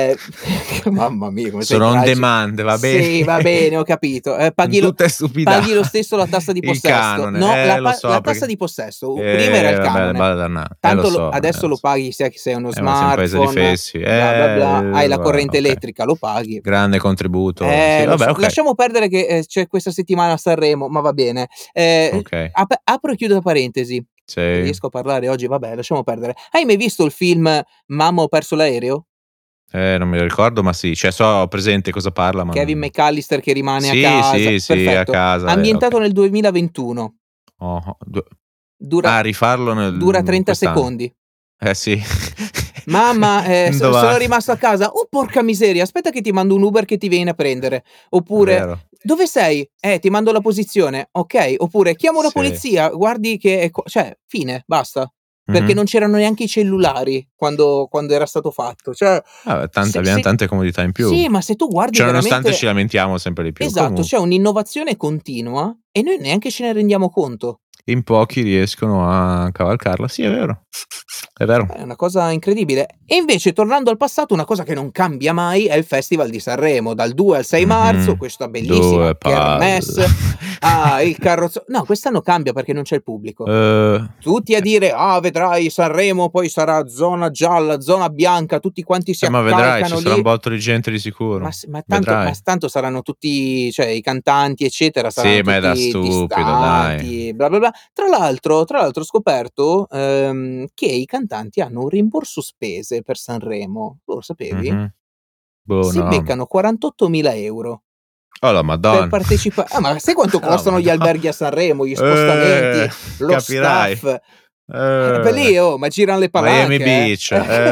mamma mia come sei Sono on tragico. demand, va bene. Sì, va bene, ho capito. Paghi Tutte stupidate. paghi lo stesso la tassa di Il possesso. canone, No, lo so, la perché tassa di possesso. Prima era il vabbè, canone. bella dannata. Lo Tanto so, adesso lo lo so. paghi sia che sei uno Ma sei un paese di smartphone, fessi. bla bla bla, hai la corrente Okay. elettrica, lo paghi. Grande contributo. Sì, Lo vabbè, so. okay. Lasciamo perdere che c'è questa settimana a Sanremo, ma va bene. Okay. Apro e chiudo parentesi. Sì. Riesco a parlare oggi? Vabbè, lasciamo perdere. Hai mai visto il film Mamma ho perso l'aereo? Non me lo ricordo, ma sì, cioè ho presente cosa parla, ma Kevin non McAllister che rimane a sì, casa. sì, a Perfetto. casa, Ambientato okay. nel 2021. Oh-oh, Dura rifarlo dura 30 quest'anno. secondi. Sì. Mamma, sono Domani. rimasto a casa. Oh porca miseria, aspetta che ti mando un Uber che ti viene a prendere. Oppure: Vero. "Dove sei?" Ti mando la posizione." Okay. Oppure: "Chiamo la Sì. polizia, guardi che è cioè fine, basta. Perché Mh-mh. non c'erano neanche i cellulari quando era stato fatto. Cioè, Abbiamo tante comodità in più. sì, ma se tu guardi Cioè nonostante ci veramente lamentiamo sempre di più. esatto, c'è un'innovazione continua e noi neanche ce ne rendiamo conto. In pochi riescono a cavalcarla. Sì, è vero. È vero. È una cosa incredibile. E invece, tornando al passato, una cosa che non cambia mai è il Festival di Sanremo. Dal 2 al 6 marzo, Mh-mh. questa bellissima 2 kermesse, il no, quest'anno cambia perché non c'è il pubblico. Tutti a dire: "Ah, vedrai Sanremo poi sarà zona gialla, zona bianca", tutti quanti si Ma vedrai, ci accalcano sarà un lì. botto di gente di Ma sicuro. s ma tanto Vedrai. saranno tutti cioè i cantanti eccetera, Sì, saranno ma è da tutti stupido, dai. distanti, bla bla bla. Tra l'altro ho scoperto, che i cantanti hanno un rimborso spese per Sanremo. Tu lo sapevi? Mh-mh. Boh, Si no. beccano 48.000 € Oh la per madonna. ma sai quanto La costano gli madonna. alberghi a Sanremo, gli spostamenti, lo Capirai. staff? Beh lì ma giran le Miami palanche, Beach.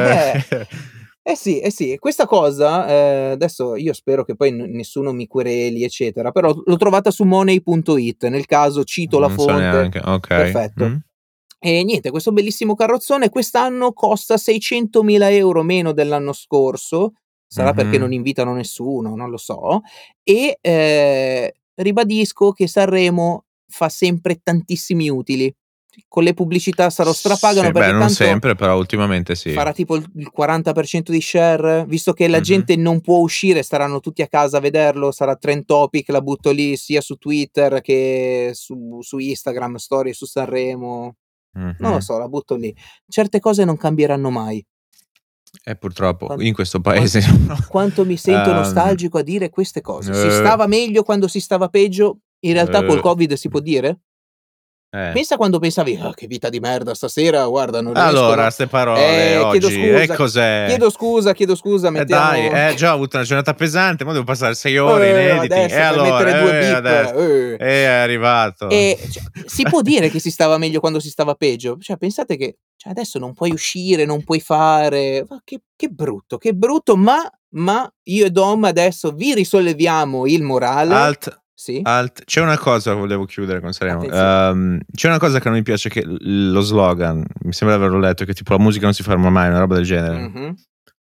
Eh sì, eh sì. Questa cosa, adesso io spero che poi nessuno mi quereli, eccetera, però l'ho trovata su money.it, nel caso cito la Non so fonte. neanche. Okay. Perfetto. E niente, questo bellissimo carrozzone quest'anno costa 600.000 € meno dell'anno scorso, sarà perché Mh-mh. non invitano nessuno, non lo so, e, ribadisco che Sanremo fa sempre tantissimi utili. Con le pubblicità strapagano Sì, beh, perché non tanto sempre, però ultimamente sì. farà tipo il 40% di share, visto che la Mh-mh. gente non può uscire, staranno tutti a casa a vederlo, sarà trend topic, la butto lì sia su Twitter che su Instagram, storie su Sanremo. Non lo Mh-mh. so, la butto lì. Certe cose non cambieranno mai. Purtroppo Quan in questo quan paese no. quanto mi sento Ehm, nostalgico a dire queste cose. Si eh, stava meglio quando si stava peggio? In realtà col Covid si può dire? eh. Pensa quando pensavi: "Ah, che vita di merda stasera, guarda non Allora, riescono". 'ste parole Chiedo oggi, scusa, cos'è? chiedo scusa, Dai, mettiamo già ho avuto una giornata pesante, mo devo passare 6 ore inediti. E adesso fai mettere 2 allora, bip, adesso è arrivato. Cioè, si può dire che si stava meglio quando si stava peggio? Cioè, pensate che cioè, adesso non puoi uscire, non puoi fare ma che brutto, ma io e Dom adesso vi risolleviamo il morale. Alt, Sì? c'è una cosa che volevo chiudere con Sanremo. Attenzione. C'è una cosa che non mi piace che lo slogan, mi sembra di averlo letto, che tipo la musica non si ferma mai, una roba del genere. Mh-mh.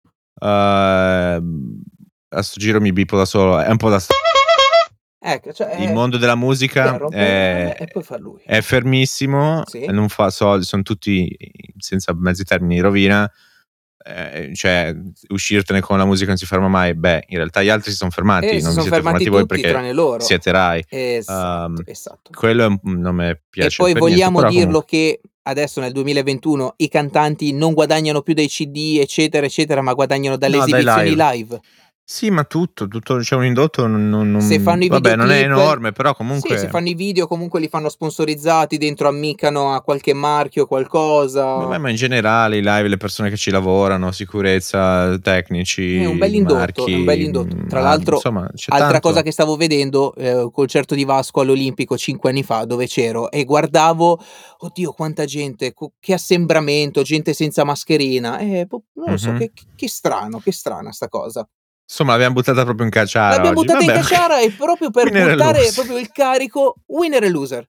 A sto giro mi bippo da solo, è un po' da Ecco, cioè il mondo della musica rompere le palle e poi fa lui. è fermissimo e Sì? non fa soldi, son tutti, senza mezzi termini, in rovina. Cioè, uscirtene con la musica non si ferma mai. Beh, in realtà gli altri si son fermati, Si non vi son siete fermati fermati voi tutti perché tranne loro. siete Rai. Esatto, esatto. Quello è non me E piace poi per niente, vogliamo però dirlo comunque che adesso nel 2021 i cantanti non guadagnano più dai CD, eccetera, eccetera, ma guadagnano dalle no, dai esibizioni live. live. Sì, ma tutto, c'è un indotto Se fanno i vabbè, non è videoclip enorme, però sì, se comunque fanno i video comunque li fanno sponsorizzati, dentro ammiccano a qualche marchio, vabbè, qualcosa. ma in generale i live, le persone che ci lavorano, sicurezza, È un tecnici, bell'indotto, è un marchi, bell'indotto. Tra l'altro, insomma c'è altra cosa tanto. che stavo vedendo, concerto di Vasco all'Olimpico 5 anni fa, dove c'ero e guardavo, oddio quanta gente, che assembramento, gente senza mascherina, non lo so, Mh-mh. che strana sta cosa. Insomma l'abbiam buttata proprio in caciara L'abbiam oggi. buttata in Vabbè, okay. caciara e proprio per Winner e buttare loser. proprio il carico winner e loser.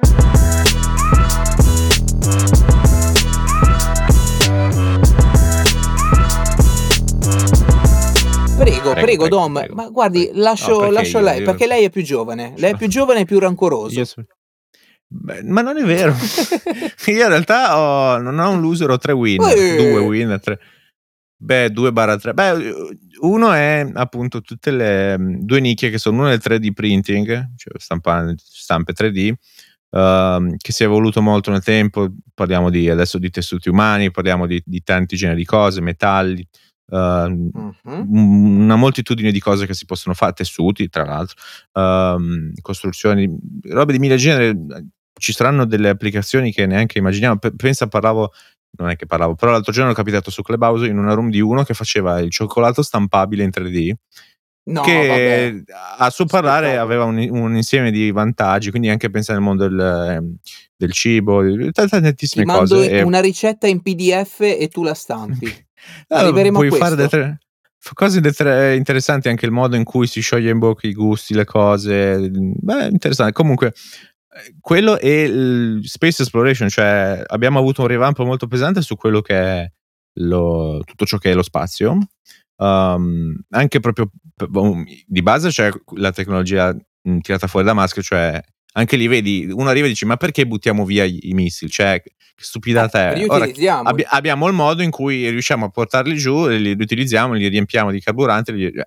Prego, Prego, prego prego, Dom, prego, ma guardi prego. No, lascio perché lascio a io? lei, Io perché lei è più giovane. Lei è sono più giovane e più io rancoroso. so beh, ma non è vero. Io in realtà non ho un loser, ho 3 winner, 2 Eh! winner, 3 beh, 2/3. Beh, uno è appunto tutte le 2 nicchie che sono, uno è il 3D printing, cioè stampe 3D, che si è evoluto molto nel tempo. Parliamo adesso di tessuti umani, parliamo di tanti generi di cose, metalli, uhm, Mh-mh. una moltitudine di cose che si possono tessuti tra l'altro, costruzioni, robe di mille genere. Ci saranno delle applicazioni che neanche immaginiamo. Pensa, non è che parlavo, però l'altro giorno è capitato su Clubhouse in una room di uno che faceva il cioccolato stampabile in 3D, No, vabbè, che a suo parlare spettacolo. aveva un insieme di vantaggi, quindi anche pensare al mondo del cibo, Ti tantissime mando cose. una ricetta in PDF e tu la stampi. Arriveremo a Puoi fare questo. cose interessanti, anche il modo in cui si scioglie in bocca i gusti, le cose, beh, interessante. Comunque, quello e il space exploration, cioè abbiamo avuto un revamp molto pesante su quello che è tutto ciò che è lo spazio. Anche proprio di base c'è la tecnologia, tirata fuori da Musk, cioè anche lì vedi, uno arriva e dice: "Ma perché buttiamo via i missili? Cioè, che stupidata è?" Ora Riutilizziamoli. abbiamo il modo in cui riusciamo a portarli giù e li riutilizziamo, li riempiamo di carburante,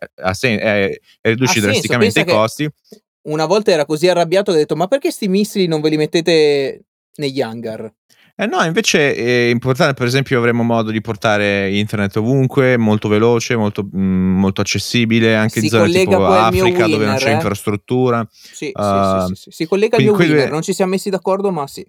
e Ha riduci senso, drasticamente pensa i che costi. una volta era così arrabbiato che ha detto: "Ma perché 'sti missili non ve li mettete negli hangar?" Eh no, invece è importante, per esempio avremo modo di portare internet ovunque, molto veloce, molto accessibile, anche in Si zone collega tipo poi al mio Africa dove non winner, c'è infrastruttura. Sì, sì, sì, Uhm, sì, sì. Si collega al quindi mio winner, quelle non ci siam messi d'accordo, ma sì.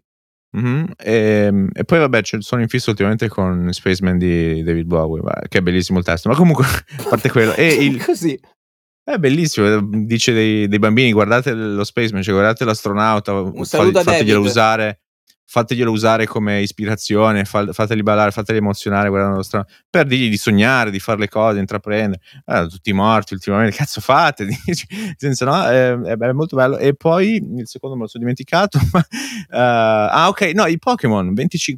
e poi vabbè, sono in fissa ultimamente con Spaceman di David Bowie, che è bellissimo il testo, ma comunque a parte quello Così. è bellissimo, dice dei bambini: "Guardate lo Spaceman, cioè guardate l'astronauta, Un saluto a David. fateglielo usare come ispirazione, fateli ballare, fateli emozionare guardando per dirgli di sognare, di far le cose, intraprendere." Tutti morti ultimamente, cazzo fate? Dici, senza no, è molto bello. E poi il secondo me lo son dimenticato, okay, no, i Pokémon,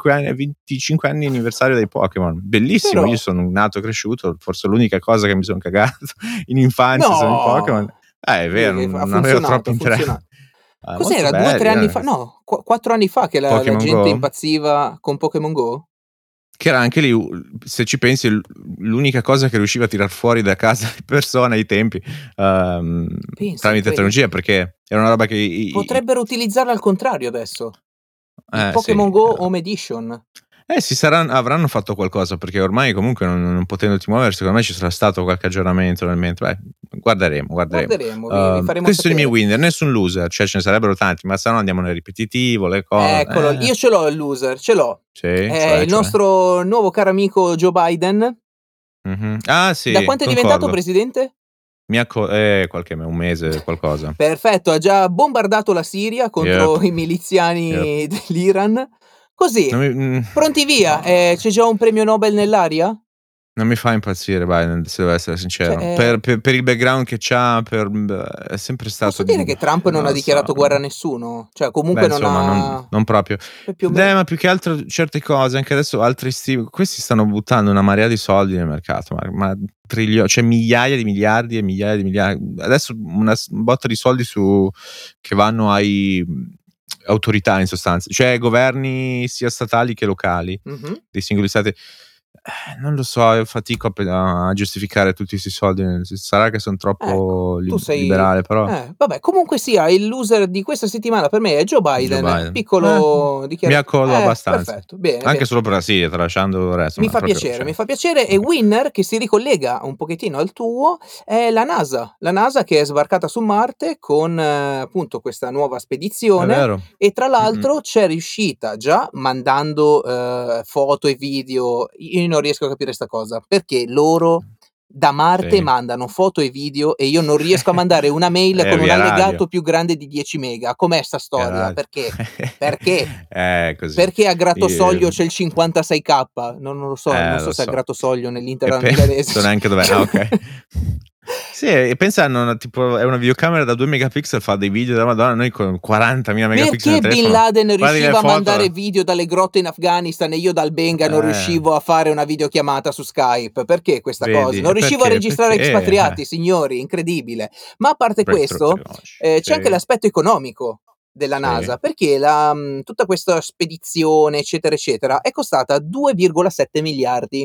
25 anni anniversario dei Pokémon, bellissimo. Io Però sono nato e cresciuto, forse l'unica cosa che mi son cagato in infanzia sono i Pokémon. no! È Vedi vero, che ha non avevo funzionato, troppo ha interesse. funziona Molto cos'era 2, 3 belli, anni fa no, 4 anni fa che la Pokémon gente Go? impazziva con Pokémon Go? Che era anche lì, se ci pensi, l'unica cosa che riusciva a tirar fuori da casa le persone ai tempi, Pensa, tramite incredibile. tecnologia, perché era una roba che i Potrebbero utilizzarla al contrario adesso. Il sì. Pokémon Go Home Edition. Avranno fatto qualcosa, perché ormai comunque non potendoti muovere, secondo me ci sarà stato qualche aggiornamento nel mentre. Guarderemo, guarderemo. Guarderemo, vi faremo Questi sono i miei sapere. winner, nessun loser, cioè ce ne sarebbero tanti, ma se no andiamo nel ripetitivo, le cose. Eccolo, io ce l'ho il loser, ce l'ho. Sì, È cioè, il nostro nuovo caro amico Joe Biden. Mh-mh. Ah Da sì, quanto è diventato concordo. presidente? Un mese, qualcosa. Perfetto, ha già bombardato la Siria Yep, contro i yep. miliziani dell'Iran. Così, Non mi pronti via, c'è già un premio Nobel nell'aria? non mi fa impazzire Biden, se devo essere Cioè, sincero. Per il background che c'ha, è sempre posso stato dire che Trump non non ha lo so. dichiarato guerra a nessuno? Cioè, Beh, comunque non insomma, ha non proprio. più o me Ma più che altro certe cose, anche adesso altri questi stanno buttando una marea di soldi nel mercato, ma cioè migliaia di miliardi e migliaia di adesso una botta di soldi che vanno ai autorità in sostanza, cioè governi sia statali che locali mh-mh. dei singoli stati. Non lo so, io fatico a giustificare tutti questi soldi. Sarà che sono troppo liberale, però. Vabbè, comunque sia, il loser di questa settimana per me è Joe Biden. Piccolo mi accollo abbastanza. Perfetto, bene. Anche solo per tralasciando il resto. Mi fa piacere. E winner, che si ricollega un pochettino al tuo, è la NASA. La NASA che è sbarcata su Marte con appunto questa nuova spedizione. È vero. E tra l'altro c'è riuscita già mandando foto e video. Io non riesco a capire sta cosa, perché loro da Marte mandano foto e video e io non riesco a mandare una mail con un allegato più grande di 10 mega. Com'è sta storia? Perché? Così. Perché a Gratosoglio c'è il 56K? Non lo so, non so se a Gratosoglio nell'Interland milanese. Non so neanche dov'è. Ok. Sì, e pensano, tipo, è una videocamera da 2 megapixel, fa dei video da Madonna, noi con 40.000 megapixel. Perché Bin Laden riusciva a mandare video dalle grotte in Afghanistan e io dal Benga non riuscivo a fare una videochiamata su Skype? Perché questa cosa? Non riuscivo a registrare Expatriati, signori, incredibile. Ma a parte questo, c'è anche l'aspetto economico della NASA, perché tutta questa spedizione, eccetera, eccetera, è costata 2,7 miliardi.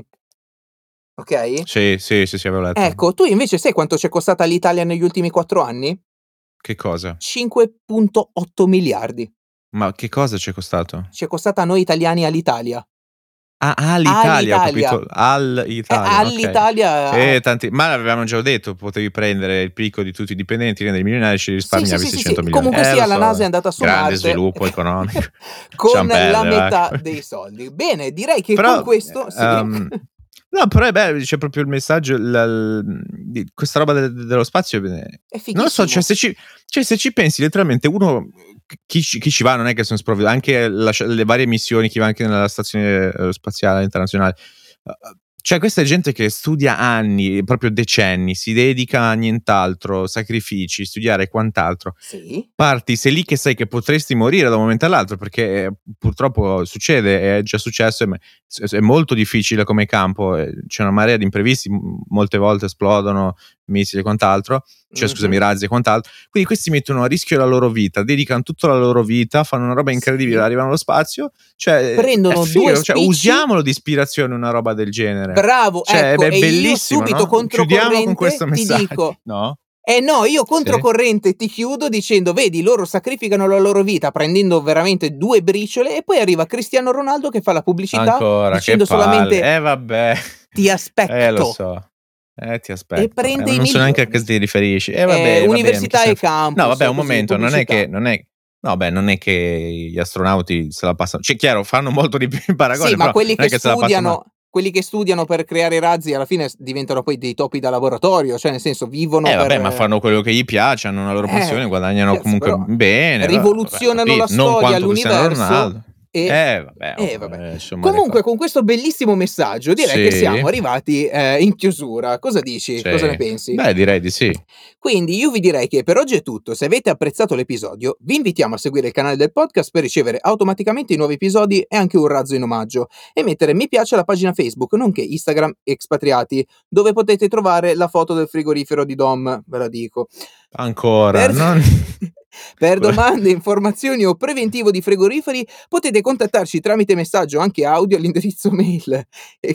Ok? Sì, avevo letto. Ecco, tu invece sai quanto c'è costata all'Italia negli ultimi 4 anni? Che cosa? 5,8 miliardi. Ma che cosa ci è costato? Ci è costata a noi italiani all'Italia. All'Italia, ho capito. All'Italia. Tanti, ma l'avevamo già detto, potevi prendere il picco di tutti i dipendenti, rendere milionari, ci risparmiavi 600 milioni. Comunque sia, la NASA è andata su Marte. Grande sviluppo economico. Con la metà dei soldi. Bene, direi che con questo... No, però c'è proprio il messaggio, questa roba dello spazio è fighissimo. Non lo so, se ci pensi letteralmente, uno, chi ci va non è che sono sprovveduto, anche le varie missioni, chi va anche nella stazione spaziale internazionale, cioè questa è gente che studia anni, proprio decenni, si dedica a nient'altro, sacrifici, studiare e quant'altro. Sì. Parti, sei lì che sai che potresti morire da un momento all'altro, perché purtroppo succede, è già successo, è molto difficile come campo, c'è una marea di imprevisti, molte volte esplodono missili e quant'altro, scusami, razzi e quant'altro, quindi questi mettono a rischio la loro vita, dedicano tutta la loro vita, fanno una roba incredibile, arrivano allo spazio, cioè prendono due spicci, usiamolo di ispirazione una roba del genere. Bravo, ecco, è e bellissimo, io subito controcorrente con questo messaggio, ti dico, no? No, io controcorrente ti chiudo dicendo, vedi, loro sacrificano la loro vita prendendo veramente 2 briciole e poi arriva Cristiano Ronaldo che fa la pubblicità ancora, dicendo solamente vabbè, ti aspetto. Lo so. Ti aspetto. E prende i non so neanche a che ti riferisci. Università e campus. No, vabbè, un momento, non è che gli astronauti se la passano. Cioè, chiaro, fanno molto di più in paragone. Sì, ma quelli che studiano. Quelli che studiano per creare razzi alla fine diventano poi dei topi da laboratorio, cioè nel senso vivono ma fanno quello che gli piace, hanno una loro passione, guadagnano comunque bene. Rivoluzionano la storia, l'universo. Vabbè. Comunque con questo bellissimo messaggio direi che siamo arrivati in chiusura. Cosa dici? Cosa ne pensi? Beh, direi di sì. Quindi io vi direi che per oggi è tutto. Se avete apprezzato l'episodio vi invitiamo a seguire il canale del podcast per ricevere automaticamente i nuovi episodi e anche un razzo in omaggio e mettere mi piace alla pagina Facebook nonché Instagram Expatriati, dove potete trovare la foto del frigorifero di Dom, ve la dico. Ancora Per domande, informazioni o preventivo di frigoriferi potete contattarci tramite messaggio anche audio all'indirizzo mail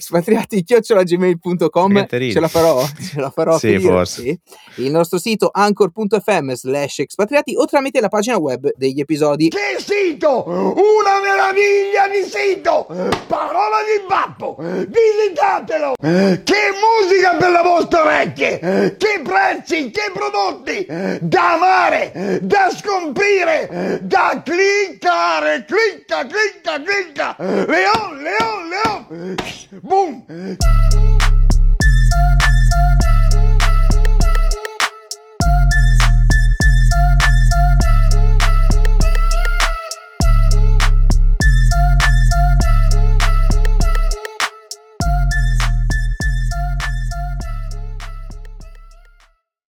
expatriati@gmail.com. Ce la farò sì, forse. Sì. Il nostro sito anchor.fm/expatriati o tramite la pagina web degli episodi. Che sito! Una meraviglia di sito! Parola di babbo! Visitatelo! Che musica per le vostre orecchie! Che prezzi, che prodotti! Da amare, da scoprire, da cliccare! Clicca! Leon! Boom!